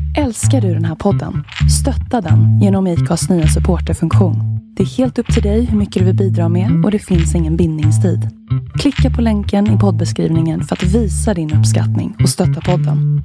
Älskar du den här podden? Stötta den genom IKAs nya supporterfunktion. Det är helt upp till dig hur mycket du vill bidra med och det finns ingen bindningstid. Klicka på länken i poddbeskrivningen för att visa din uppskattning och stötta podden.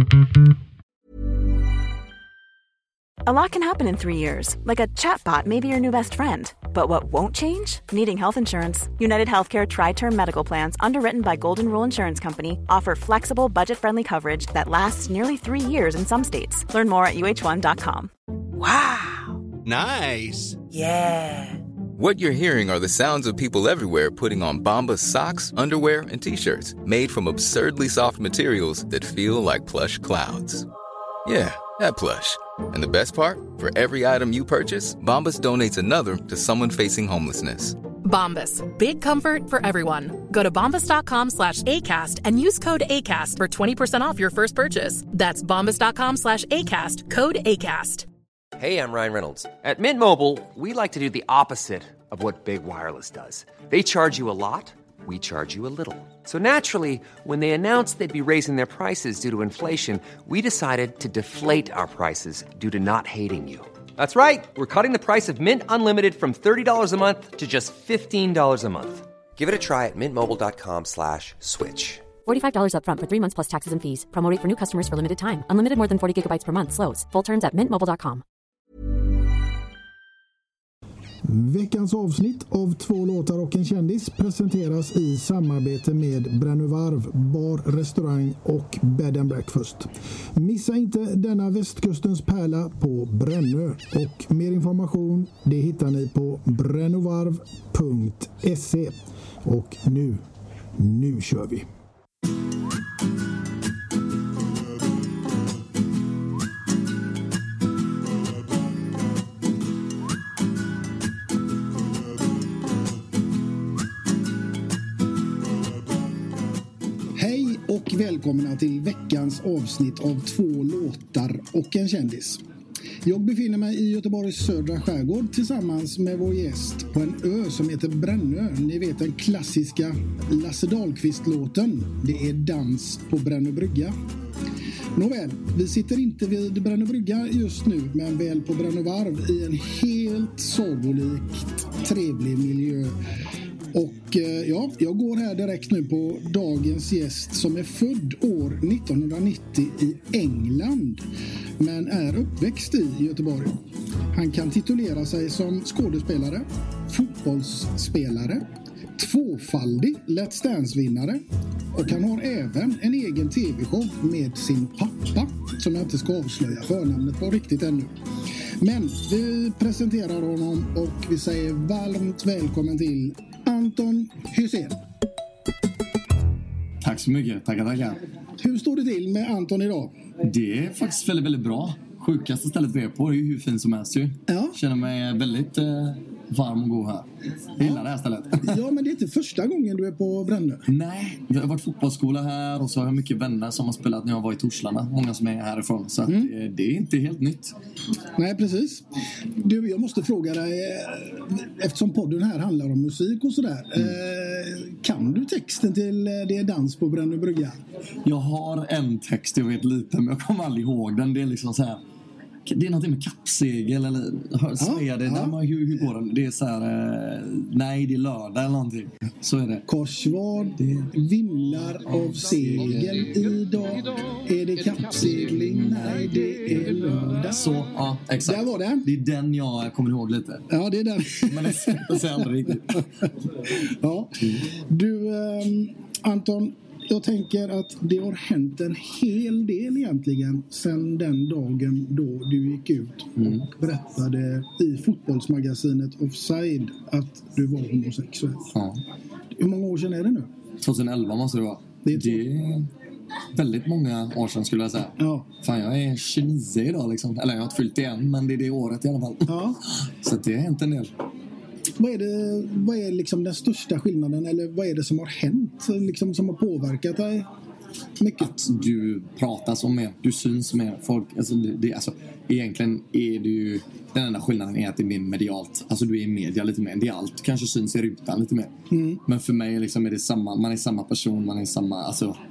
A lot can happen in 3 years, like a chatbot may be your new best friend. But what won't change? Needing health insurance. United Healthcare Tri-Term Medical Plans, underwritten by Golden Rule Insurance Company, offer flexible, budget-friendly coverage that lasts nearly 3 years in some states. Learn more at uh1.com. Wow! Nice! Yeah! What you're hearing are the sounds of people everywhere putting on Bombas socks, underwear, and T-shirts made from absurdly soft materials that feel like plush clouds. Yeah, that plush. And the best part? For every item you purchase, Bombas donates another to someone facing homelessness. Bombas. Big comfort for everyone. Go to bombas.com/ACAST and use code ACAST for 20% off your first purchase. That's bombas.com/ACAST. Code ACAST. Hey, I'm Ryan Reynolds. At Mint Mobile, we like to do the opposite of what Big Wireless does. They charge you a lot. We charge you a little. So naturally, when they announced they'd be raising their prices due to inflation, we decided to deflate our prices due to not hating you. That's right. We're cutting the price of Mint Unlimited from $30 a month to just $15 a month. Give it a try at mintmobile.com/switch. $45 up front for 3 months plus taxes and fees. Promo rate for new customers for limited time. Unlimited more than 40 gigabytes per month. Slows full terms at mintmobile.com. Veckans avsnitt av 2 låtar och en kändis presenteras i samarbete med Brännövarv, bar, restaurang och bed and breakfast. Missa inte denna västkustens pärla på Brännö, och mer information det hittar ni på brännövarv.se. Och nu kör vi! Och välkomna till veckans avsnitt av 2 låtar och en kändis. Jag befinner mig i Göteborgs södra skärgård tillsammans med vår gäst på en ö som heter Brännö. Ni vet den klassiska Lasse Dahlqvist-låten. Det är dans på Brännö brygga. Nåväl, vi sitter inte vid Brännö brygga just nu, men väl på Brännövarv i en helt sagolikt trevlig miljö. Och jag går här direkt nu på dagens gäst som är född år 1990 i England men är uppväxt i Göteborg. Han kan titulera sig som skådespelare, fotbollsspelare, tvåfaldig Let's Dance-vinnare, och han har även en egen tv-show med sin pappa som jag inte ska avslöja förnamnet på riktigt ännu. Men vi presenterar honom och vi säger varmt välkommen till Anton Hysén. Tack så mycket, tackar. Hur står det till med Anton idag? Det är faktiskt väldigt, väldigt bra. Sjukaste stället vi är på är ju hur fint som helst ju. Ja. Känner mig väldigt varm och god här. Jag gillar det här stället. Ja, men det är inte första gången du är på Brännö. Nej, jag har varit fotbollsskola här och så har jag mycket vänner som har spelat när jag var i Torslanda. Många som är härifrån, så att det är inte helt nytt. Nej, precis. Du, jag måste fråga dig, eftersom podden här handlar om musik och sådär. Kan du texten till Det är dans på Brännö brygga? Jag har en text, jag vet lite, men jag kommer aldrig ihåg den. Det är liksom så här. Det är någonting med kappsegel eller hur går den? Det är så här, nej, det är lördag eller någonting. Så är det. Korsvad vimlar av segel idag. Är det kappsegling? Nej, det är lördag. Så, ja, exakt. Där var det. Det är den jag kommer ihåg lite. Ja, det är den. Men det säger aldrig riktigt. Ja. Du, Anton, jag tänker att det har hänt en hel del egentligen sedan den dagen då du gick ut och berättade i fotbollsmagasinet Offside att du var homosexuell. Ja. Hur många år sedan är det nu? 2011 måste det vara. Det är väldigt många år sedan skulle jag säga. Ja. Fan, jag är 29 idag liksom. Eller jag har inte fyllt det än, men det är det året i alla fall. Ja. Så det har hänt en del. Vad är liksom den största skillnaden, eller vad är det som har hänt liksom, som har påverkat dig mycket? Att du pratas om mer, du syns mer. Folk, alltså, egentligen är det ju, den enda skillnaden är att det är mer medialt. Alltså du är i media lite mer. Det är allt kanske syns i rutan lite mer. Men för mig liksom är det samma, man är samma person, man är samma, alltså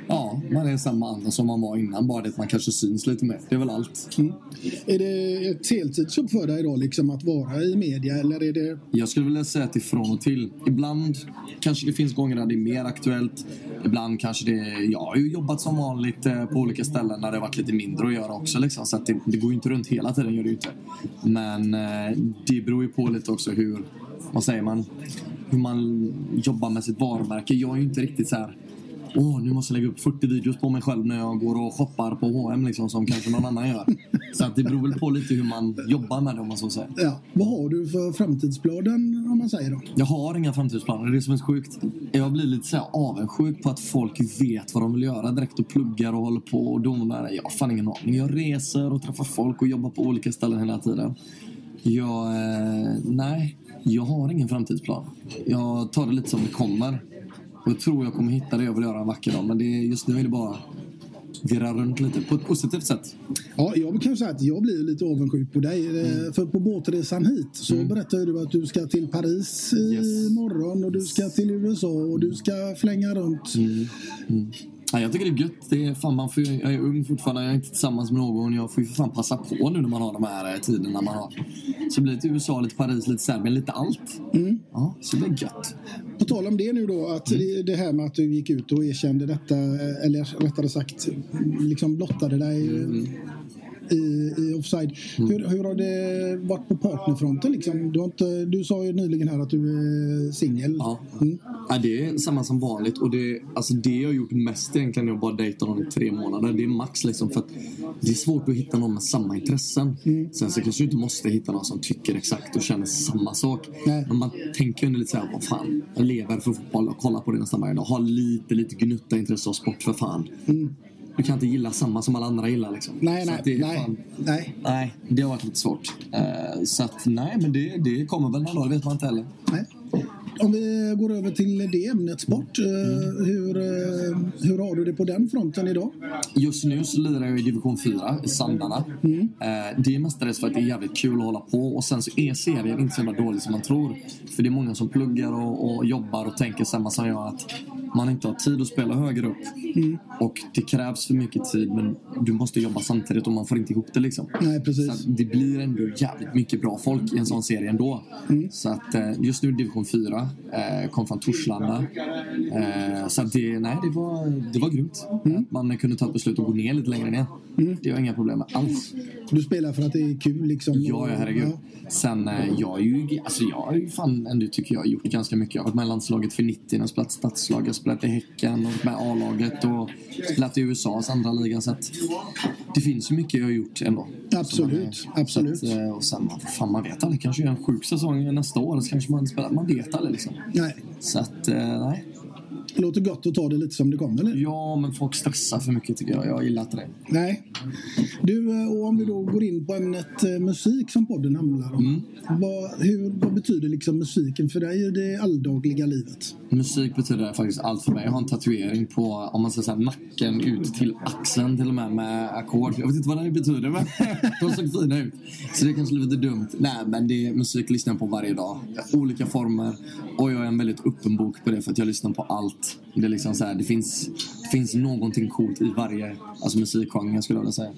Ja, man är samma andra som man var innan. Bara det att man kanske syns lite mer. Det är väl allt. Är det ett heltidsjobb för dig då, liksom att vara i media, eller är det... Jag skulle vilja säga att ifrån och till. Ibland kanske det finns gånger där det är mer aktuellt. Ibland kanske det... Jag har ju jobbat som vanligt på olika ställen när det har varit lite mindre att göra också. Liksom. Så att det går ju inte runt hela tiden, gör det ju inte. Men det beror ju på lite också hur... Vad säger man? Hur man jobbar med sitt varumärke. Jag är ju inte riktigt så här... nu måste jag lägga upp 40 videos på mig själv när jag går och shoppar på H&M liksom, som kanske någon annan gör. Så att det beror väl på lite hur man jobbar med det, om man så säger. Ja. Vad har du för framtidsplanen, om man säger då? Jag har inga framtidsplaner, det är som är sjukt. Jag blir lite så här avundsjuk på att folk vet vad de vill göra direkt och pluggar och håller på och donar. Jag har fan ingen aning. Jag reser och träffar folk och jobbar på olika ställen hela tiden. Nej, jag har ingen framtidsplan. Jag tar det lite som det kommer. Jag tror jag kommer hitta det jag vill göra en vacker dag. Men just nu är det bara virra runt lite på ett positivt sätt. Ja, jag kan säga att jag blir lite avundsjuk på dig. För på båtresan hit så berättade du att du ska till Paris imorgon och du ska till USA och du ska flänga runt. Ja, jag tycker det är gött. Det är fan, jag är ung fortfarande, jag är inte tillsammans med någon. Jag får ju för fan passa på nu när man har de här tiderna man har. Så blir det till USA, lite Paris, lite Serbien, lite allt. Ja, så det blir gött. På tal om det nu då, att det här med att du gick ut och erkände detta, eller rättare sagt liksom blottade dig i Offside. Hur har det varit på partnerfronten liksom? Du sa ju nyligen här att du är singel. Ja. Ja, det är samma som vanligt. Och det jag har gjort mest egentligen är att bara dejta någon i 3 månader. Det är max liksom, för att det är svårt att hitta någon med samma intressen. Sen så kanske du inte måste hitta någon som tycker exakt och känner samma sak. Nej. Men man tänker ju lite så här, vad fan, jag lever för fotboll och kollar på det nästan varje dag. Ha lite gnutta intresse av sport för fan. Du kan inte gilla samma som alla andra gillar liksom. Nej, det har varit lite svårt. Så att men det kommer väl någon dag, det vet man inte heller. Nej. Om vi går över till det ämnet sport, hur har du det på den fronten idag? Just nu så lirar jag i division 4 i Sandarna. Det är mestadels för att det är jävligt kul att hålla på. Och sen så är serien inte så jävla dålig som man tror. För det är många som pluggar och jobbar och tänker samma som jag, att man inte har tid att spela högre upp. Och det krävs för mycket tid, men du måste jobba samtidigt och man får inte ihop det liksom. Nej, precis. Så det blir ändå jävligt mycket bra folk i en sån serie ändå. Så att just nu division 4, kom från Torslanda. Så att det var grymt. Man kunde ta ett beslut och gå ner lite längre ner. Det var inga problem med alls. Du spelar för att det är kul liksom? Ja, herregud. Ja. Sen jag är ju fan ändå, tycker jag har gjort ganska mycket. Jag har varit med i landslaget för 90, jag har spelat stadslag, jag har spelat i Häcken och med A-laget och spelat i USAs andra ligan. Så att det finns ju mycket jag har gjort ändå. Absolut. Och sen, fan, man vet aldrig, kanske en sjuk säsong nästa år, så kanske man spelar, man vet aldrig liksom. Nej. Så att, nej. Det låter gott att ta det lite som det kommer, eller? Ja, men folk stressar för mycket tycker jag. Jag gillar inte det. Nej. Du, och om vi då går in på ämnet musik som podden handlar om. Vad betyder liksom musiken för dig i det alldagliga livet? Musik betyder faktiskt allt för mig. Jag har en tatuering på, om man ska säga, nacken ut till axeln till och med ackord. Jag vet inte vad det betyder, men de såg fina ut. Så det är kanske lite dumt. Nej, men det är musik lyssnar jag på varje dag. Olika former. Och jag är en väldigt öppen bok på det, för att jag lyssnar på allt. Det är liksom så här, det finns någonting coolt i varje musikgenre, skulle jag vilja säga.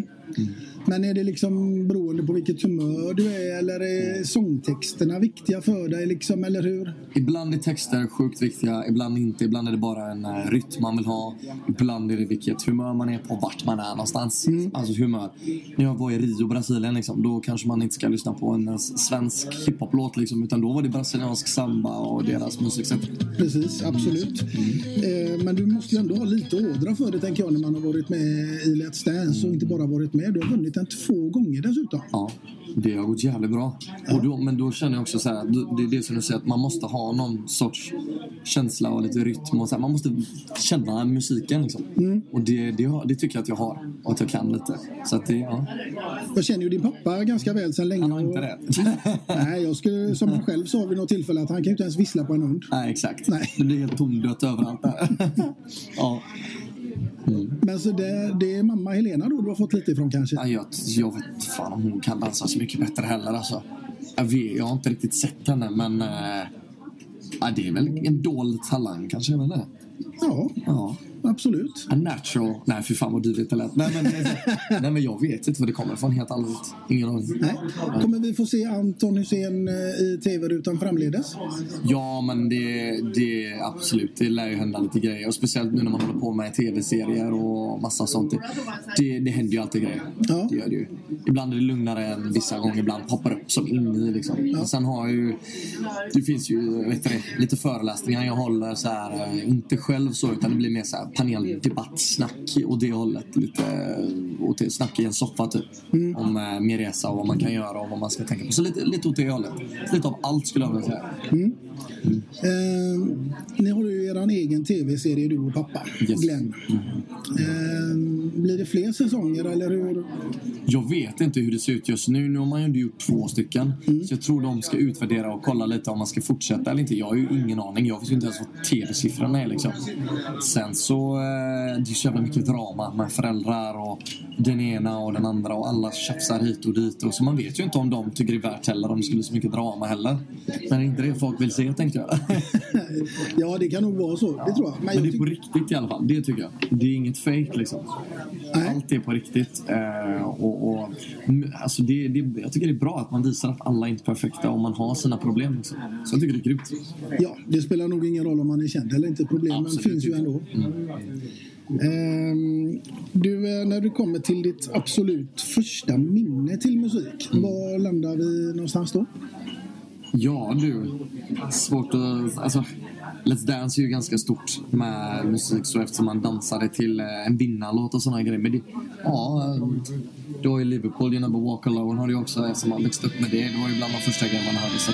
Men är det liksom beroende på vilket humör du är, eller är sångtexterna viktiga för dig liksom, eller hur? Ibland är texter sjukt viktiga, ibland inte. Ibland är det bara en rytm man vill ha. Ibland är det vilket humör man är på, vart man är någonstans. Alltså humör. När jag var i Rio, Brasilien liksom, då kanske man inte ska lyssna på en svensk hiphop-låt liksom, utan då var det brasiliansk samba och deras musiksätt. Precis, absolut. Men du måste ju ändå ha lite ådra för det, tänker jag, när man har varit med i Let's Dance och inte bara varit med. Du har vunnit den 2 gånger dessutom. Ja, det har gått jävligt bra. Ja. Men då känner jag också så här, det är det som du säger, att man måste ha någon sorts känsla och lite rytm och så här, man måste känna musiken liksom. Och det tycker jag att jag har, och att jag kan lite. Så att det, ja. Jag känner ju din pappa ganska väl sedan länge. Han har inte det. Nej, jag skulle, som han själv sa vid något tillfälle, att han kan ju inte ens vissla på en hund. Nej, exakt. Nej. Det blir helt tomdött överallt där. Ja. Men så det är mamma Helena då du har fått lite ifrån kanske? Ja, jag vet fan om hon kan dansa så mycket bättre heller alltså. Jag har inte riktigt sett henne, men det är väl en dold talang kanske, jag vet inte. Ja. absolut. A natural. Nej, för fan vad dyrt det lät. Nej, men jag vet inte vad det kommer från. Helt allmänt. Ingen aning. Nej. Kommer vi få se Anton Hysén i tv-rutan framledes? Ja, men det absolut. Det lär ju hända lite grejer. Och speciellt nu när man håller på med tv-serier och massa sånt. Det händer ju alltid grejer. Ja. Det gör det ju. Ibland är det lugnare än vissa gånger. Ibland poppar upp som in i liksom. Ja. Sen har ju... Det finns ju lite föreläsningar jag håller så här. Inte själv så, utan det blir mer så här paneldebatt, snack och det hållet. Lite och snack i en soffa typ. Om min resa och vad man kan göra och vad man ska tänka på. Så lite åt det hållet. Lite av allt skulle jag vilja säga. Ni har ju er egen tv-serie, du och pappa, yes. Glenn. Blir det fler säsonger eller hur? Jag vet inte hur det ser ut just nu. Nu har man ju gjort 2 stycken. Så jag tror de ska utvärdera och kolla lite om man ska fortsätta eller inte. Jag har ju ingen aning. Jag vet ju inte ens vad tv-siffrorna är liksom. Sen så det är så jävla mycket drama med föräldrar och den ena och den andra och alla tjafsar hit och dit. Och så man vet ju inte om de tycker det är värt heller, om det skulle så mycket drama heller. Men det är inte det folk vill se, tänkte jag. Ja, det kan nog vara så, det tror jag. Men det är på riktigt i alla fall, det tycker jag. Det är inget fake liksom. Nej. Allt är på riktigt. Alltså jag tycker det är bra att man visar att alla är inte perfekta och man har sina problem liksom. Så jag tycker det är grymt. Ja, det spelar nog ingen roll om man är känd eller inte. Problemen finns ju ändå. Du, när du kommer till ditt absolut första minne till musik, var landar vi någonstans då? Ja, svårt att... Alltså, Let's Dance är ju ganska stort med musik så, eftersom man dansade till en vinnarlåt och sådana grejer. Men det var ju Liverpool, You Never Walk Alone har det också, eftersom man växte upp med det. Det var ju bland de första grejerna man hörde. Så.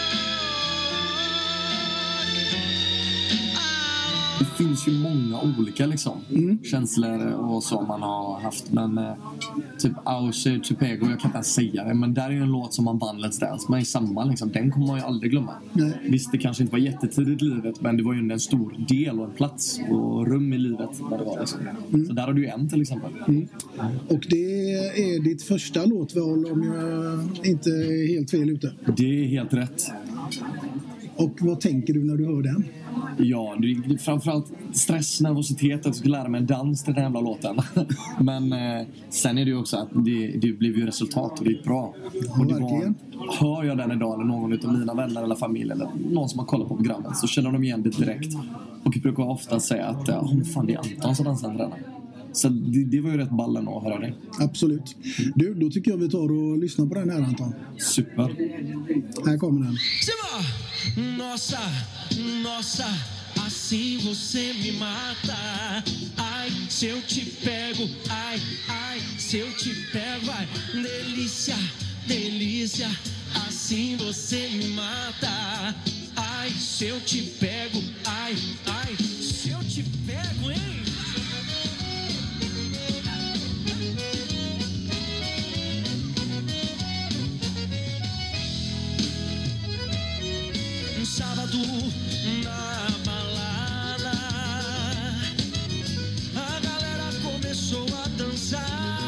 Det finns ju många olika liksom känslor och så man har haft. Men typ Auser, Chipego, jag kan inte säga det, men där är ju en låt som man vann Let's Dance. Men i samma liksom, den kommer man ju aldrig glömma. Nej. Visst, det kanske inte var jättetidigt i livet, men det var ju en stor del och en plats och rum i livet där det var liksom. Så där har du ju en till exempel. Och det är ditt första låtval, om jag inte är helt fel ute. Det är helt rätt. Och vad tänker du när du hör den? Ja, det är framförallt stress, nervositet att jag skulle lära mig en dans till den jävla låten. Men sen är det ju också att det blev ju resultat och det är bra. Och det var, hör jag den idag eller någon av mina vänner eller familj eller någon som har kollat på programmet, så känner de igen det direkt. Och jag brukar ofta säga att fan, det är Anton som dansar den. Så det var ju rätt ballen att höra det. Absolut. Du, då tycker jag vi tar och lyssnar på den här, Anton. Super. Här kommer den. Nossa, nossa, assim você me mata. Ai, se eu te pego, ai, ai, se eu te pego, ai, delícia, delícia, assim você me mata. Ai, se eu te pego, ai, ai, se eu te pego, hein? Sábado na balada, a galera começou a dançar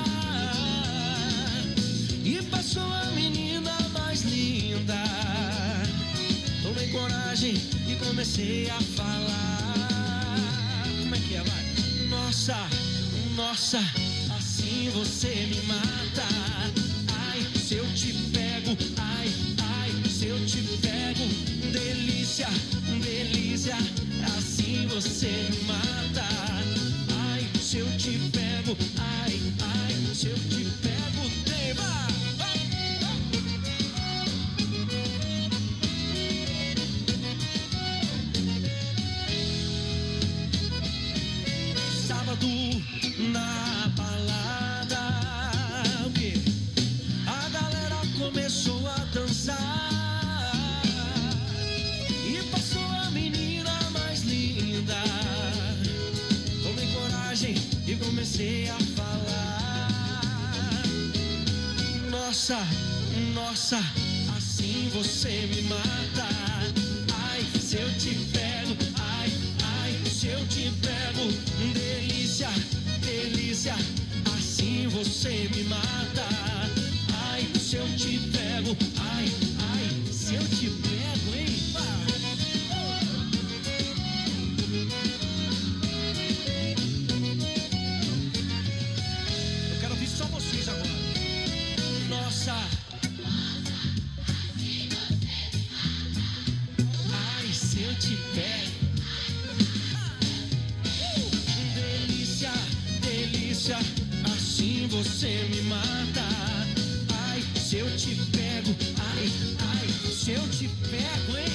e passou a menina mais linda. Tomei coragem e comecei a falar. Como é que é, vai? Nossa, nossa, assim você me mata. Ai, se eu te pego, ai, ai, se eu te pego. Delícia, delícia, assim você me mata. Ai, se eu te pego, ai, ai, se eu te pego, deva. Sábado na balada, a galera começou a dançar. E comecei a falar. Nossa, nossa, assim você me mata. Ai, se eu te pego, ai, ai, se eu te pego. Delícia, delícia, assim você me mata. Ai, se eu te pego, ai, ai, se eu te pego, hein? você me mata. Ai, se eu te pego, ai, ai, se eu te pego, hein?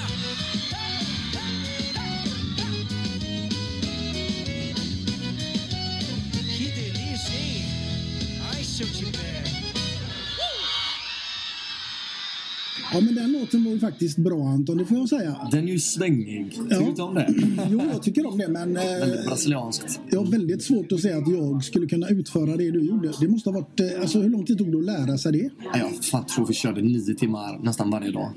Que delícia, hein? Ai, se eu te pego. Ja, men den låten var ju faktiskt bra, Anton, det får jag säga. Den är ju svängig. Tycker du inte om det? Jo, jag tycker om det, men... Väldigt brasilianskt. Jag har väldigt svårt att säga att jag skulle kunna utföra det du gjorde. Det måste ha varit... Alltså, hur lång tid tog det att lära sig det? Jag tror vi körde 9 timmar nästan varje dag.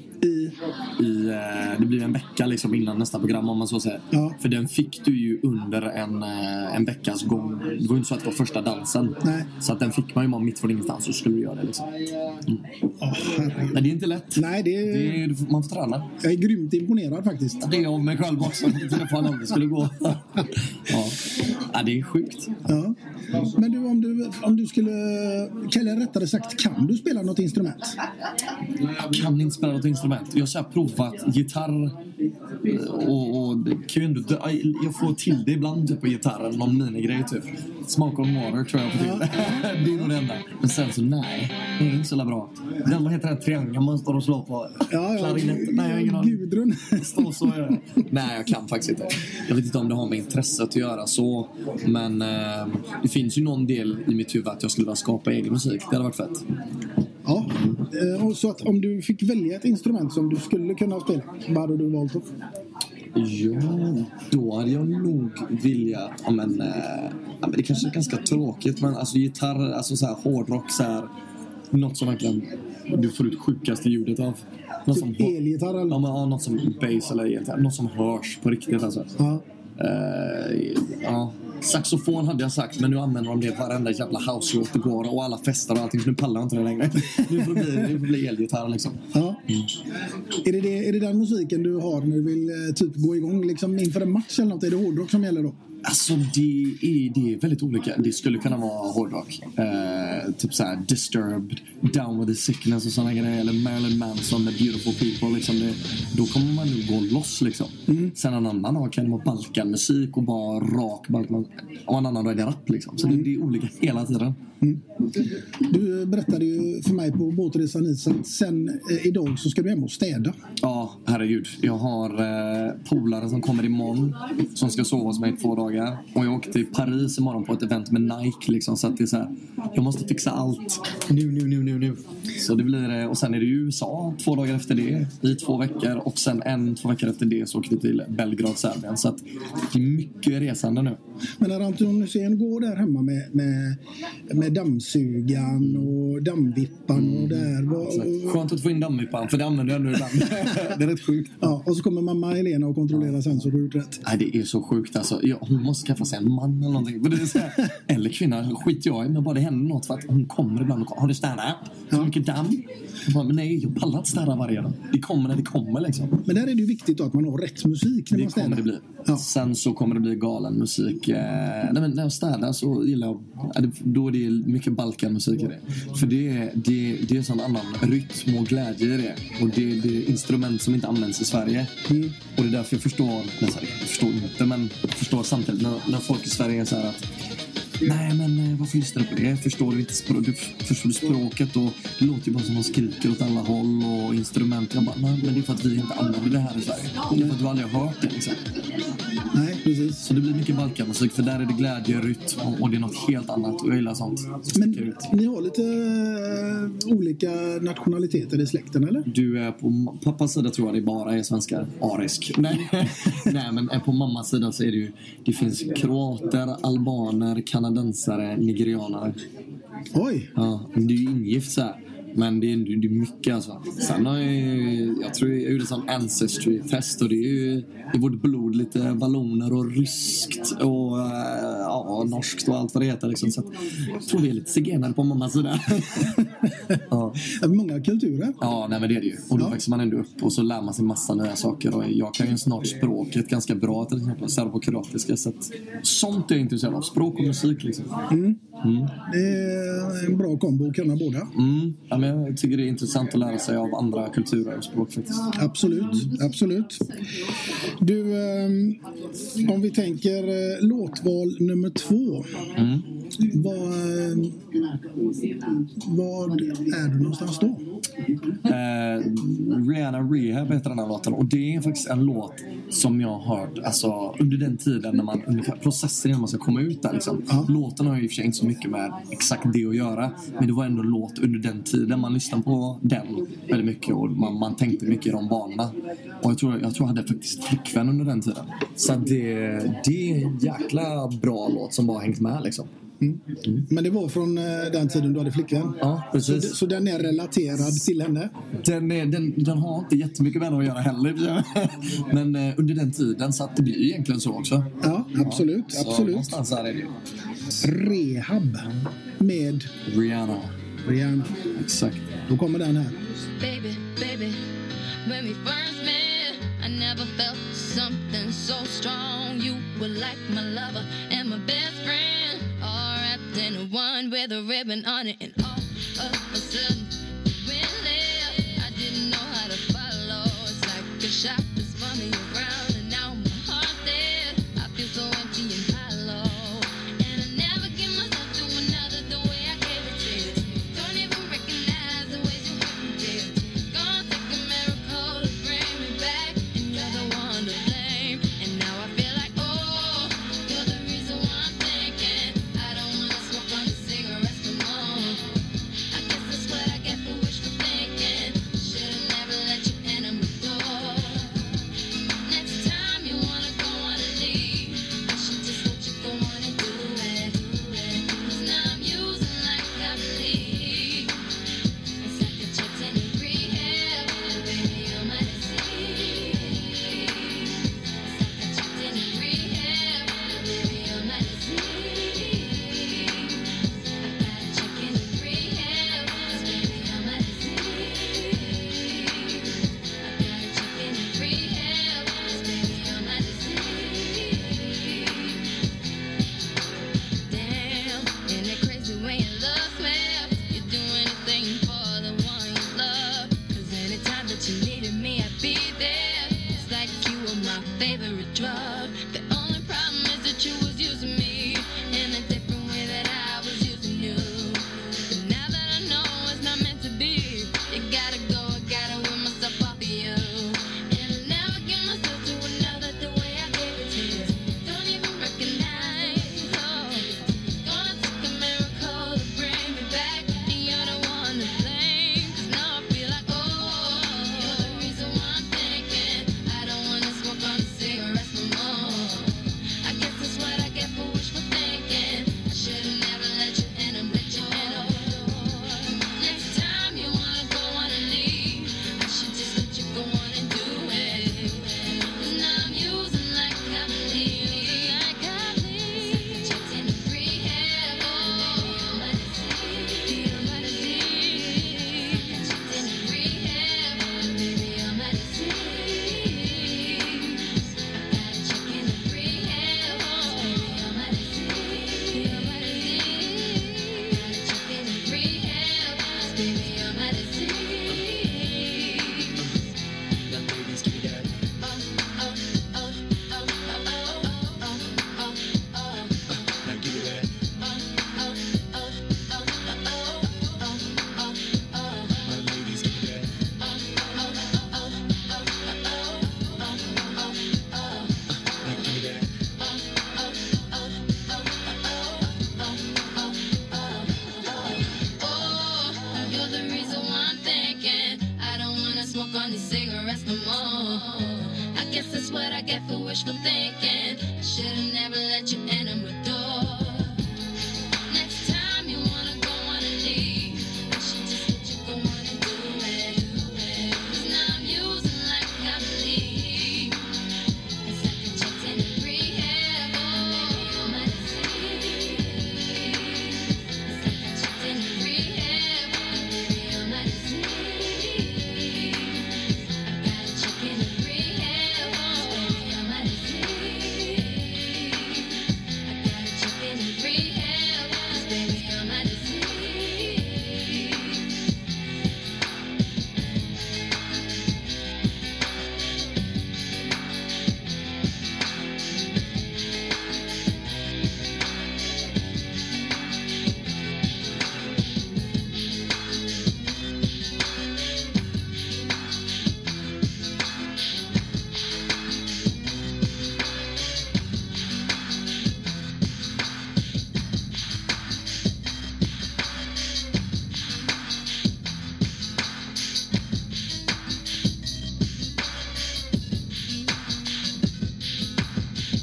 Det blir en vecka liksom innan nästa program, om man så säger. Ja. För den fick du ju under en veckas gång. Det var ju inte så att det var första dansen. Nej. Så att den fick man ju man mitt från ingenstans, så skulle du göra det liksom. Men det är inte lätt. Nej, man får träna. Jag är grymt imponerad faktiskt. Det är jag mig själv också. Om det skulle gå. Ja, det är sjukt. Ja. Men du, om du skulle... Eller rättare sagt, kan du spela något instrument? Jag kan inte spela något instrument. Jag har provat gitarr och det kan ju ändå, jag får till det ibland typ på gitarren, någon minigrej typ. Smoke on Water tror jag får till. Det är nog det enda. Men sen så nej, det är inte så bra. Den, vad heter den triangeln man står och slår på? Klarinett. Nej, jag har ingen aning. Gudrun. Står så gör jag. Nej, jag kan faktiskt inte. Jag vet inte om det har med intresse att göra så. Men det finns ju någon del i mitt huvud att jag skulle vilja skapa egen musik. Det hade varit fett. Ja, och så att om du fick välja ett instrument som du skulle kunna spela, vad hade du valt då? Ja, då hade jag nog vilja, men det kanske är ganska tråkigt, men alltså gitarr, alltså så här hårdrock, så här, något som verkligen du får ut sjukaste ljudet av. Något som elgitarr eller? Ja, men något som bass eller elgitarr, något som hörs på riktigt alltså. Ja. Ja. Saxofon hade jag sagt, men nu använder de det varenda jävla house-låt det går och alla fester och allting, så nu pallar jag inte det längre. Nu får det bli elgitarr liksom. Ja. Är det den musiken du har när du vill typ gå igång liksom inför en match eller något? Är det hårdrock som gäller då? Alltså det är väldigt olika. Det skulle kunna vara hårdrock. Typ såhär Disturbed, Down with the Sickness och sådana grejer. Eller Marilyn Manson, The Beautiful People liksom. Då kommer man nu gå loss liksom. Sen en annan dag kan det vara Balkanmusik och bara rak Balkan. Och en annan dag är det rap liksom. Så det är olika hela tiden. Du berättade ju för mig på båtresan hit att sen idag så ska du hem och städa. Ja, herregud. Jag har polare som kommer imorgon som ska sova hos mig i 2 dagar. Och jag åker till Paris imorgon på ett event med Nike liksom, så att det är så här, jag måste fixa allt nu. Så det blir, och sen är det ju USA 2 dagar efter det i 2 veckor, och sen 2 veckor efter det så åker vi till Belgrad, Serbien. Så att det är mycket resande nu. Men när Anton Hysén går där hemma med dammsugan och dammvippan och där. Skönt att få in dammvippan, för det använder jag nu ibland. Det är rätt sjukt. Ja, och så kommer mamma Helena och kontrollerar sen så du har gjort rätt. Nej, det är så sjukt alltså. Hon måste skaffa sig en man eller någonting. Det är så här, eller kvinna, skit jag i, men bara det händer något för att hon kommer ibland och har du städat? Så mycket damm? Men nej, jag pallar inte städa varje dag. Det kommer när det kommer liksom. Men där är det ju viktigt då att man har rätt musik när man städar. Det kommer det bli. Ja. Sen så kommer det bli galen musik. Men när jag städar så gillar jag, då är det mycket Balkanmusik i det. För det är en sån annan rytm och glädje i det. Och det är instrument som inte används i Sverige. Och det är därför jag förstår samtidigt när folk i Sverige säger att nej, men varför lyssnar du på det? Förstår du inte förstår du språket? Och det låter ju bara som man skriker åt alla håll och instrument. Jag bara, nej, men det är för att vi inte använder det här i Sverige. Det är för att du aldrig har hört det liksom. Nej, precis. Så det blir mycket Balkanmusik, för där är det glädje, rytm och det är något helt annat. Och jag gillar sånt. Men ni har lite olika nationaliteter i släkten, eller? Du är på pappas sida tror jag det bara är svenskar. Arisk. Nej, men på mammas sida så är det ju, det finns kroater, albaner, kanadensare, nigerianare. Oj! Ja, det är ju ingift så här. Men det är mycket alltså. Sen har jag tror jag gjorde sån ancestry-test, och det är ju i vårt blod lite valloner och ryskt och norskt och allt vad det heter liksom. Så att, jag tror vi är lite zigenare på mammas sida. Ja. Många kulturer. Ja, nej, men det är det ju. Och då växer man ändå upp och så lär man sig massa nya saker. Och jag kan ju snart språket ganska bra, till exempel serbokroatiska. Så att, sånt är jag intresserad av. Språk och musik liksom. Det är en bra kombo att kunna båda. Ja, men jag tycker det är intressant att lära sig av andra kulturer och språk faktiskt. Absolut. Du, om vi tänker låtval nummer 2. Var är du någonstans då? Rihanna Rehab heter den här låten. Och det är faktiskt en låt som jag har hört alltså, under den tiden när man ungefär processen innan man ska komma ut där liksom. Låten har ju i och för sig inte så mycket med exakt det att göra, men det var ändå en låt under den tiden man lyssnade på den väldigt mycket och man tänkte mycket i de banorna. Och jag tror jag hade faktiskt flickvän under den tiden. Så det är en jäkla bra låt som bara hängt med liksom. Men det var från den tiden du hade flickvän. Ja, precis. Så den är relaterad till henne? Den har inte jättemycket med att göra heller. Men under den tiden så att det blir egentligen så också. Ja, absolut. Så absolut. någonstans är det ju. Rehab med Rihanna. Exakt. Då kommer den här. Baby, when we first met, I never felt something so strong. You were like my lover and my best friend, all wrapped in one with a ribbon on it. And all of a sudden, you went left. I didn't know how to follow. It's like a shot that's spun me around, and now my heart's dead. I feel so empty and hollow, and I never give myself to another the way I gave it to you. Don't even recognize the ways you hurt me, dear. Gonna take a miracle to bring me back, and you're the one to blame. And now I feel like, oh, you're the reason why I'm thinking I don't wanna smoke on the cigarettes no more. I guess that's what I get for wishful thinking. Should've never let you enter my door. Next time you wanna go on a leave, I should just let you go on and do it. 'Cause now I'm using like I believe. It's like a chick in rehab, baby, you're my disease. It's like a chick in rehab, baby, you're my disease. I got a chick in rehab, baby, you're my disease. I got a chick in rehab, baby, you're my disease. Damn, in that crazy way you love me, you do anything for the one you love. 'Cause anytime that you needed me, I'd be there. It's like you were my favorite drug. The only problem is that you was using me in a different way that I was using you. But now that I know it's not meant to be, you gotta go, I gotta win myself off of you. And I'll never give myself to another the way I gave it to you. Don't even recognize, oh. Gonna take a miracle to bring me back, and you're the one to blame. 'Cause now I feel like, oh, you're the reason why I'm thinking I don't wanna smoke on the cigarettes no more. I guess that's what I get for wishful thinking. I should've never let you in, let you in. Next time you wanna go on and leave, I should just let you go on and do it. 'Cause now I'm using like I believe. Checked in rehab, baby, you're my disease. You're my disease. Checked in rehab, baby, you're my disease. I got a check in rehab, baby, you're my disease. You're my disease. Got a check in rehab, baby, you're my disease. Now ladies, give me that. Now give me that. My ladies, give me that. Now give me that. Oh, you're the reason why I'm thinking I don't wanna smoke on these cigarettes no more. I guess that's what I get for wishful thinking. I should've never let you enter my door. Next time you wanna go on and leave, I should just let you go on and do it. 'Cause now I'm using like I believe. It's like a chick in rehab, baby, you're my disease. It's like a chick in rehab, baby, you're my disease. I got a chick in rehab, baby, you're my disease.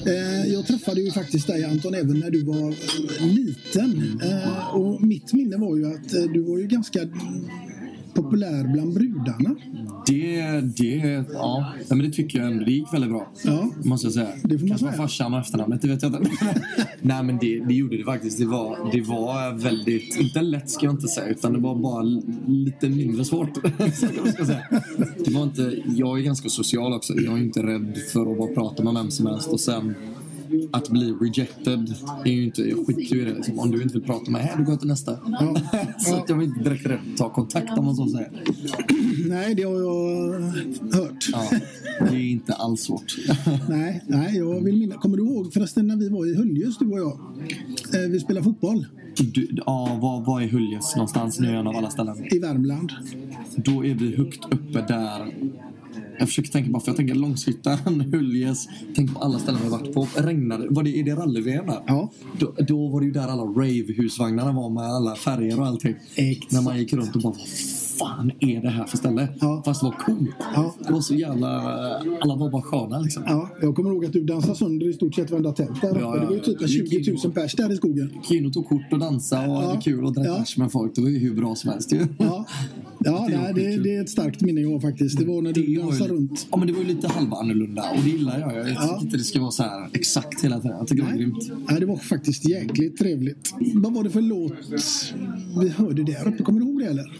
Jag träffade ju faktiskt dig, Anton, även när du var liten. Och mitt minne var ju att du var ju ganska populär bland brudarna. Ja, men det tycker jag ändå. Det gick väldigt bra. Ja. Måste jag säga. Det får man kanske säga. var farsan och efternamnet, det vet jag inte. Nej, men det gjorde det faktiskt. Det var väldigt, inte lätt ska jag inte säga, utan det var bara lite mindre svårt. Ska säga. Det var inte, jag är ganska social också. Jag är inte rädd för att bara prata med vem som helst. Och sen att bli rejected är ju inte, jag skiter ju i det liksom. Om du inte vill prata med mig, du går till nästa. Ja. Så att jag vill inte direkt ta kontakt, om man så säger. Nej, det har jag hört. Ja, det är inte alls svårt. Nej, jag vill minna. Kommer du ihåg förresten när vi var i Höljes, du och jag? Vi spelade fotboll. Vad är Höljes någonstans nu, en av alla ställen? I Värmland. Då är vi högt uppe där. Jag försöker tänka bara, för jag tänker Långshyttan, Höljes, tänk på alla ställen vi varit på. Regnade, är det rally-VM där? Ja. Då var det ju där alla rave-husvagnarna var med alla färger och allting. Exakt. När man gick runt och bara, vad fan är det här för ställe? Ja. Fast det var coolt. Ja. Det var så jävla, alla var bara sköna liksom. Ja, jag kommer ihåg att du dansade sönder i stort sett varenda tält där. Ja. Det var ju typ 20 000 pers där i skogen. Gick in och tog kort och dansade och hade kul och drack bärs med folk. Det var ju hur bra som helst ju. Ja, det är ett starkt minne jag faktiskt. Det var när du dansade runt. Ja, men det var ju lite halva annorlunda. Och det gillar jag. Jag tycker inte det ska vara så här exakt hela tiden. Jag tycker det är grymt. Ja, det var faktiskt jäkligt trevligt. Vad var det för låt vi hörde där uppe? Kommer du ihåg det eller?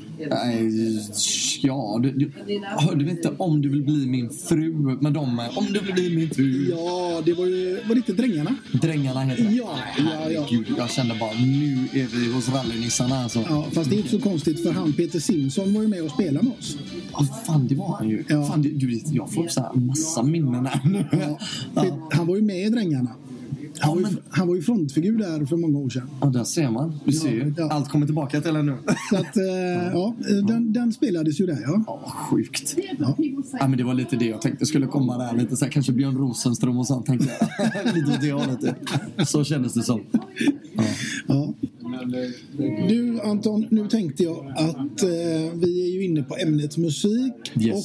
Ja, du hörde vi inte Om du vill bli min fru? Men Om du vill bli min fru. Ja, det var ju, var det inte Drängarna? Drängarna heter det. Ja. Gud, jag kände bara, nu är vi hos rallynissarna alltså. Ja, fast det är inte så konstigt, för han Peter Simson var ju med och spelade med oss. Ja, fan, det var han ju. Ja. Fan, jag får så här massa minnen här nu. Ja. Han var ju med i Drängarna. Han var ju frontfigur där för många år sedan. Ja, där ser man. Du ser ju. Ja. Allt kommer tillbaka till nu. Så att, den spelades ju där, ja. Ja, sjukt. Ja, men det var lite det jag tänkte skulle komma där. Lite så här, kanske Björn Rosenström och sånt, tänkte jag. Lite åt det hållet. Så kändes det som. Ja. Du, Anton, nu tänkte jag att vi är ju inne på ämnet musik. Yes.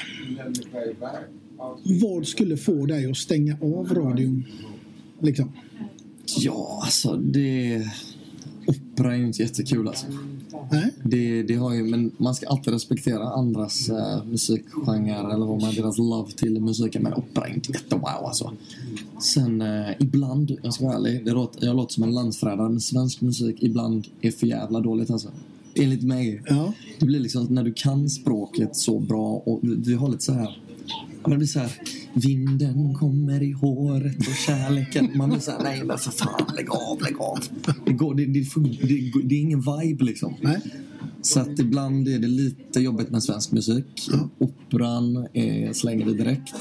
Och vad skulle få dig att stänga av radion? Liksom. Ja, alltså opera är ju inte jättekul alltså. Nej. Det har ju, men man ska alltid respektera andras musikgenrer eller vad man deras love till musiken, men opera är inte jättewow alltså. Sen ibland, jag ska vara ärlig, jag låter som en landsförrädare, men svensk musik ibland är för jävla dåligt alltså. Enligt mig. Ja. Det blir liksom när du kan språket så bra, och vi har lite så här. Man blir så här, vinden kommer i håret och kärleken. Man blir så här, nej men för fan, lägg av. Det är ingen vibe liksom. Nej. Så att ibland är det lite jobbigt med svensk musik. Operan slänger det direkt.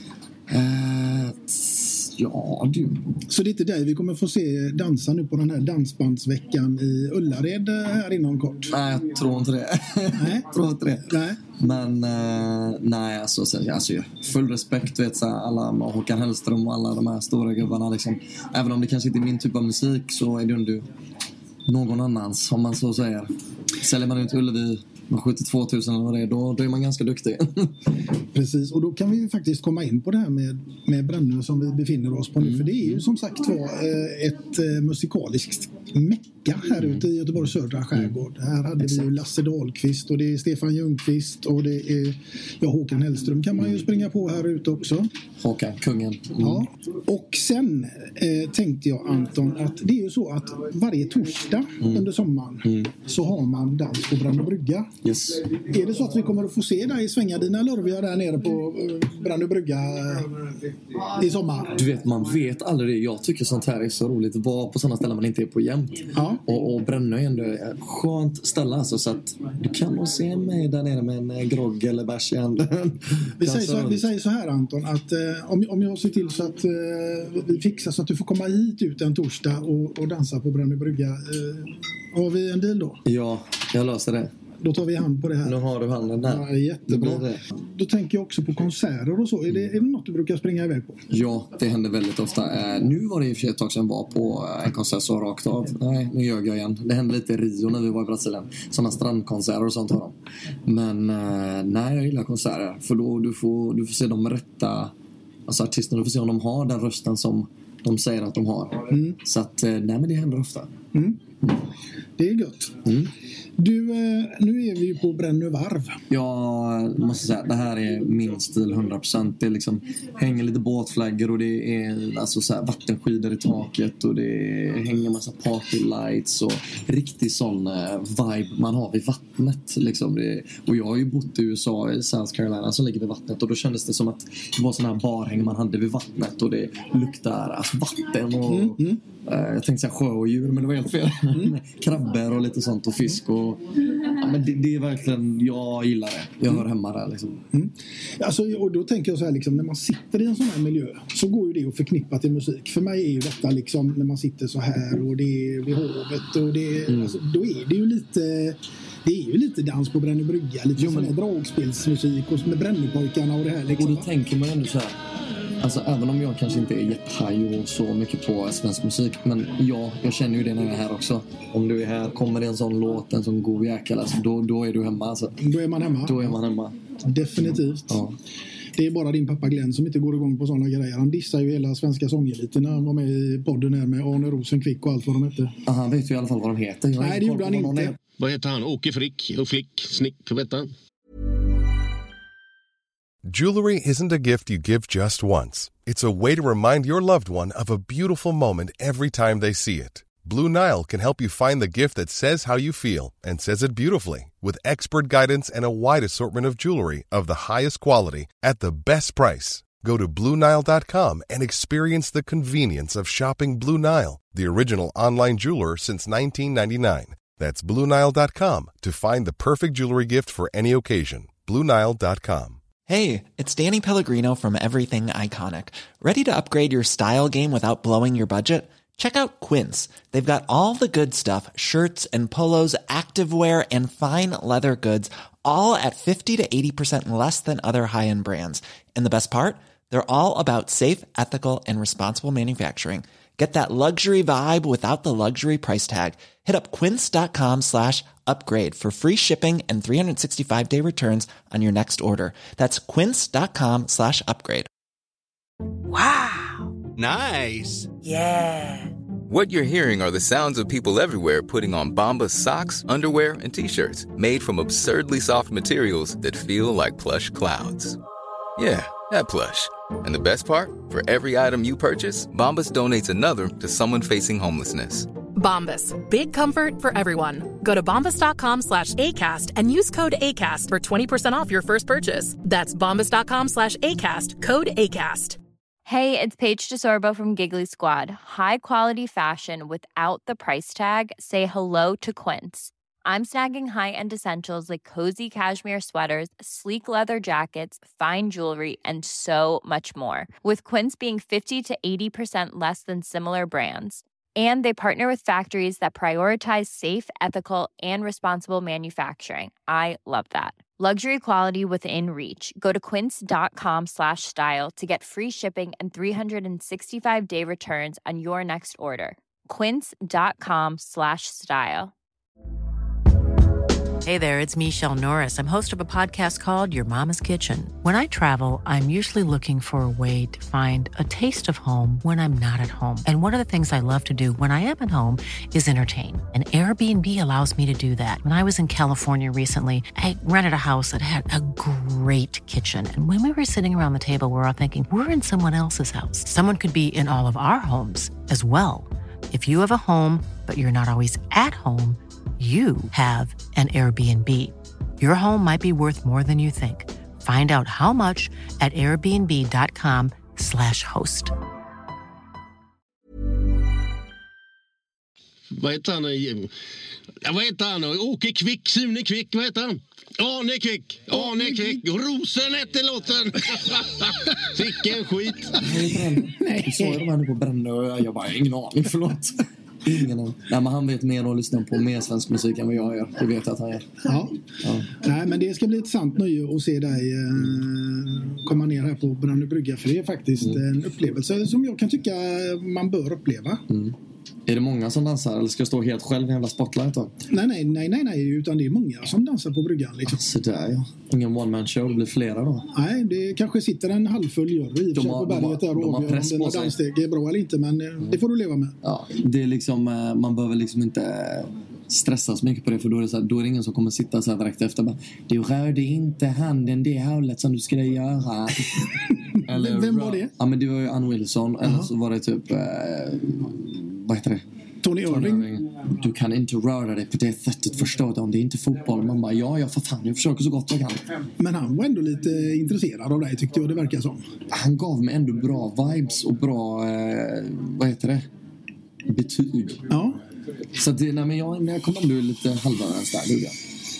Ja, du. Så det är inte dig vi kommer få se dansa nu på den här dansbandsveckan i Ullared här inom kort? Nej, jag tror inte det. Nej. Jag tror inte det. Nej. Men nej, alltså full respekt, vet så alla med Håkan Hellström och alla de här stora gubbarna liksom. Även om det kanske inte är min typ av musik, så är det under någon annans, om man så säger. Säljer man ut Ullevi med 72 000 eller vad det är, då är man ganska duktig. Precis, och då kan vi ju faktiskt komma in på det här med Brännö som vi befinner oss på nu. För det är ju som sagt ett musikaliskt mecka här ute i Göteborgs södra skärgård. Här hade vi ju Lasse Dahlqvist och det är Stefan Ljungqvist och det är Håkan Hellström kan man ju springa på här ute också. Håkan, kungen. Ja, och sen tänkte jag, Anton, att det är ju så att varje torsdag under sommaren så har man dans på Brännö brygga. Yes. Är det så att vi kommer att få se dig svänga dina lurviga där nere på Brännö brygga i sommar? Du vet, man vet aldrig det. Jag tycker sånt här är så roligt att vara på sådana ställen man inte är på jämt. Ja. Och Brännö är ändå ett skönt ställe alltså, så att du kan nog se mig där nere med en grogg eller bärs i handen. Vi säger så här, Anton, att om jag ser till så att vi fixar så att du får komma hit ut en torsdag och dansa på Brännö brygga, har vi en deal då? Ja, jag löser det. Då tar vi hand på det här. Nu har du handen där. Ja, jättebra. Då tänker jag också på konserter och så. Är det något du brukar springa iväg på? Ja, det händer väldigt ofta. Nu var det i och för sig ett tag sedan var på en konsert så rakt av. Nej, nu ljög jag igen. Det hände lite i Rio när vi var i Brasilien. Sådana strandkonserter och sånt har de. Men nej, jag gillar konserter. För då du får se de rätta alltså artisterna, får se om de har den rösten som de säger att de har. Så att, nej men det händer ofta. Det är gött. Du, nu är vi ju på Brännö varv. Jag måste säga, det här är min stil 100%. Det är liksom, hänger lite båtflaggor och det är alltså så här vattenskidor i taket och det hänger massa partylights och riktig sån vibe man har vid vattnet liksom. Och jag har ju bott i USA, i South Carolina som ligger vid vattnet, och då kändes det som att det var sån här barhäng man hade vid vattnet och det luktar alltså vatten och jag tänkte säga sjö och djur, men det var helt fel. Krabbor och lite sånt och fisk och men det är verkligen, jag gillar det. Jag hör hemma där liksom. Alltså, och då tänker jag så här liksom, när man sitter i en sån här miljö så går ju det att förknippa till musik. För mig är ju detta liksom, när man sitter så här och det är vid havet och det alltså, då är det ju lite, det är ju lite dans på Brännö brygga, lite sån här dragspelsmusik och med Brännöpojkarna och det här liksom. Och då tänker man ändå så här, alltså även om jag kanske inte är jättehaj och så mycket på svensk musik, men jag känner ju det när jag är här också. Om du är här, kommer det en sån låt, en sån god jäkel, alltså, då är du hemma alltså. Då är man hemma. Då är man hemma. Definitivt. Ja. Det är bara din pappa Glenn som inte går igång på såna grejer. Han dissar ju hela svenska sångeliten när han var med i podden här med Arne Rosenkvick och allt vad de hette. Ja, han vet ju i alla fall vad de heter. Nej, det gjorde han inte. Vad heter han? Åke Frick och Flick, Snick, vad heter han? Jewelry isn't a gift you give just once. It's a way to remind your loved one of a beautiful moment every time they see it. Blue Nile can help you find the gift that says how you feel and says it beautifully, with expert guidance and a wide assortment of jewelry of the highest quality at the best price. Go to BlueNile.com and experience the convenience of shopping Blue Nile, the original online jeweler since 1999. That's BlueNile.com to find the perfect jewelry gift for any occasion. BlueNile.com. Hey, it's Danny Pellegrino from Everything Iconic. Ready to upgrade your style game without blowing your budget? Check out Quince. They've got all the good stuff, shirts and polos, activewear, and fine leather goods, all at 50 to 80% less than other high-end brands. And the best part? They're all about safe, ethical, and responsible manufacturing. Get that luxury vibe without the luxury price tag. Hit up quince.com/upgrade for free shipping and 365-day returns on your next order. That's quince.com/upgrade. Wow. Nice. Yeah. What you're hearing are the sounds of people everywhere putting on Bombas socks, underwear, and T-shirts made from absurdly soft materials that feel like plush clouds. Yeah, that plush. And the best part? For every item you purchase, Bombas donates another to someone facing homelessness. Bombas. Big comfort for everyone. Go to bombas.com/ACAST and use code ACAST for 20% off your first purchase. That's bombas.com/ACAST. Code ACAST. Hey, it's Paige DeSorbo from Giggly Squad. High quality fashion without the price tag. Say hello to Quince. I'm snagging high-end essentials like cozy cashmere sweaters, sleek leather jackets, fine jewelry, and so much more. With Quince being 50 to 80% less than similar brands. And they partner with factories that prioritize safe, ethical, and responsible manufacturing. I love that. Luxury quality within reach. Go to quince.com/style to get free shipping and 365-day returns on your next order. Quince.com/style. Hey there, it's Michelle Norris. I'm host of a podcast called Your Mama's Kitchen. When I travel, I'm usually looking for a way to find a taste of home when I'm not at home. And one of the things I love to do when I am at home is entertain. And Airbnb allows me to do that. When I was in California recently, I rented a house that had a great kitchen. And when we were sitting around the table, we were all thinking, we're in someone else's house. Someone could be in all of our homes as well. If you have a home, but you're not always at home, you have an Airbnb. Your home might be worth more than you think. Find out how much at airbnb.com/host. Vad heter han? Vad heter han? Åke Kvick, Sune Kvick, vad heter han? Arne Kvick, Rosen hette låten. Vilken skit. Nej, så är de här nu på Brännö. Jag bara, ingen aning, förlåt. Ingen aning. Nej, men han vet mer och lyssnar på mer svensk musik än vad jag gör. Det vet jag att han gör. Ja. Nej, men det ska bli ett sant nöje att se dig komma ner här på Brännö brygga. För det är faktiskt en upplevelse som jag kan tycka man bör uppleva. Är det många som dansar eller ska jag stå helt själv i hela spotlight då? Nej, utan det är många som dansar på bryggan liksom. Så där ja. Ingen one-man show, det blir flera då. Nej, det kanske sitter en halvfull jury på berget där och avgör om dina danssteg är bra eller inte, men det får du leva med. Ja, det är liksom, man behöver liksom inte stressa så mycket på det, för då är det, så här, då är det ingen som kommer sitta så här direkt efter bara, du rörde inte handen det hållet som du skulle göra. Eller, vem var det? Ja, men det var ju Ann Wilson. Eller så var det typ vad heter det? Tony Irving. Du kan inte röra dig på det sättet, förstå det, om det är inte fotboll. Man bara, ja för fan, jag försöker så gott jag kan. Men han var ändå lite intresserad av dig, tyckte jag det verkar som. Han gav mig ändå bra vibes och bra vad heter det? Betyg. Ja. Så det, nej, men jag kommer ändå lite halvöverens där, du.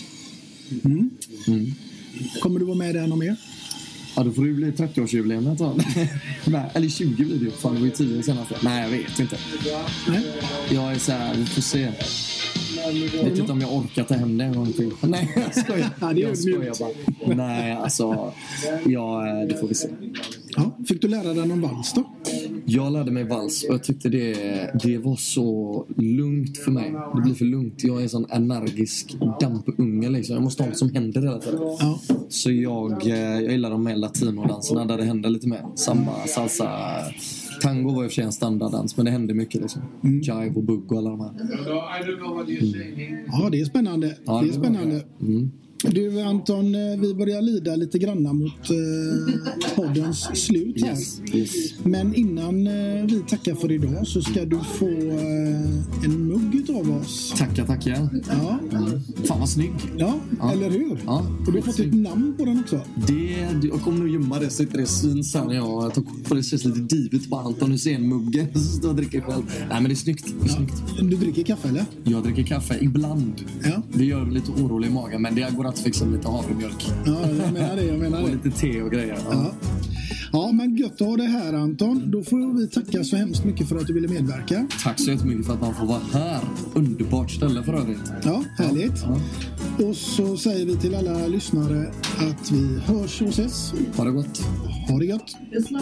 Kommer du vara med där någon mer? Ja, då får det bli 30-årsjubileet. Nej, eller 20 blir det ju. Fan, det var ju 10 senaste. Nej, jag vet inte. Nej. Jag är så här, vi får se. Jag vet inte om jag orkar ta hem det en gång till. Nej, jag skojar. Jag skojar bara. Nej, alltså, det får vi se. Ja, fick du lära dig någon vals då? Jag lärde mig vals och jag tyckte det var så lugnt för mig. Det blir för lugnt. Jag är en sån energisk dampunge liksom. Jag måste ha något som händer hela tiden. Ja. Så jag gillar de med latinodanserna där det händer lite mer. Samba, salsa, tango var i och för sig en standarddans, men det händer mycket liksom. Jive och bugg och alla de här. Ja, det är spännande. Ja, det är spännande. Du Anton, vi börjar lida lite granna mot poddens slut här. Yes. Men innan vi tackar för idag så ska du få en mugg av oss. Tackar. Ja. Fan vad snygg. Ja, eller hur? Ja. Och du har fått ett namn på den också. Jag kommer nog gömma det så inte det syns här när jag tar kort på det. Känns lite divigt på Anton. Nu ser en muggen så står och dricker själv. Nej, men det är snyggt. Du dricker kaffe eller? Jag dricker kaffe ibland. Ja. Det gör mig lite orolig i magen, men det går att fixa lite havremjölk. Ja, jag menar det. Och lite te och grejer. Ja, men gött att ha det här Anton. Då får vi tacka så hemskt mycket för att du ville medverka. Tack så jättemycket för att man får vara här. Underbart ställe för övrigt. Ja, härligt. Ja. Och så säger vi till alla lyssnare att vi hörs och ses. Ha det gott. Ha det gott.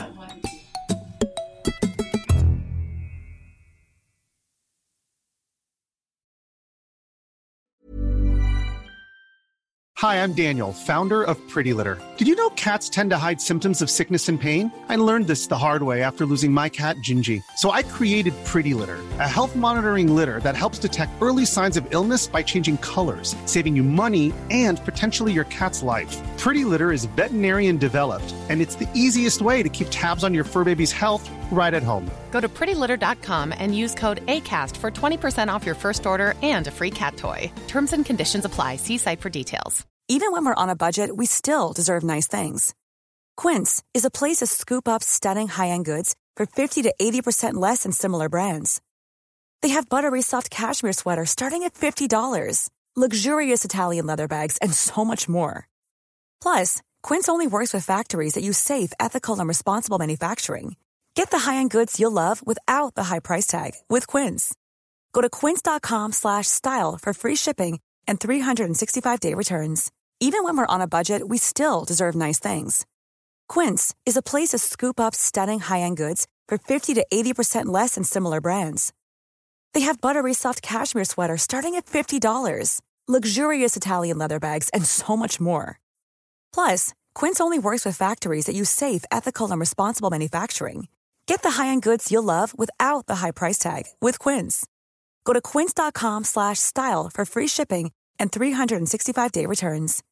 Hi, I'm Daniel, founder of Pretty Litter. Did you know cats tend to hide symptoms of sickness and pain? I learned this the hard way after losing my cat, Gingy. So I created Pretty Litter, a health monitoring litter that helps detect early signs of illness by changing colors, saving you money and potentially your cat's life. Pretty Litter is veterinarian developed, and it's the easiest way to keep tabs on your fur baby's health right at home. Go to prettylitter.com and use code ACAST for 20% off your first order and a free cat toy. Terms and conditions apply. See site for details. Even when we're on a budget, we still deserve nice things. Quince is a place to scoop up stunning high-end goods for 50 to 80% less than similar brands. They have buttery soft cashmere sweaters starting at $50, luxurious Italian leather bags, and so much more. Plus, Quince only works with factories that use safe, ethical, and responsible manufacturing. Get the high-end goods you'll love without the high price tag with Quince. Go to quince.com/style for free shipping and 365-day returns. Even when we're on a budget, we still deserve nice things. Quince is a place to scoop up stunning high-end goods for 50 to 80% less than similar brands. They have buttery soft cashmere sweaters starting at $50, luxurious Italian leather bags, and so much more. Plus, Quince only works with factories that use safe, ethical, and responsible manufacturing. Get the high-end goods you'll love without the high price tag with Quince. Go to quince.com/style for free shipping and 365-day returns.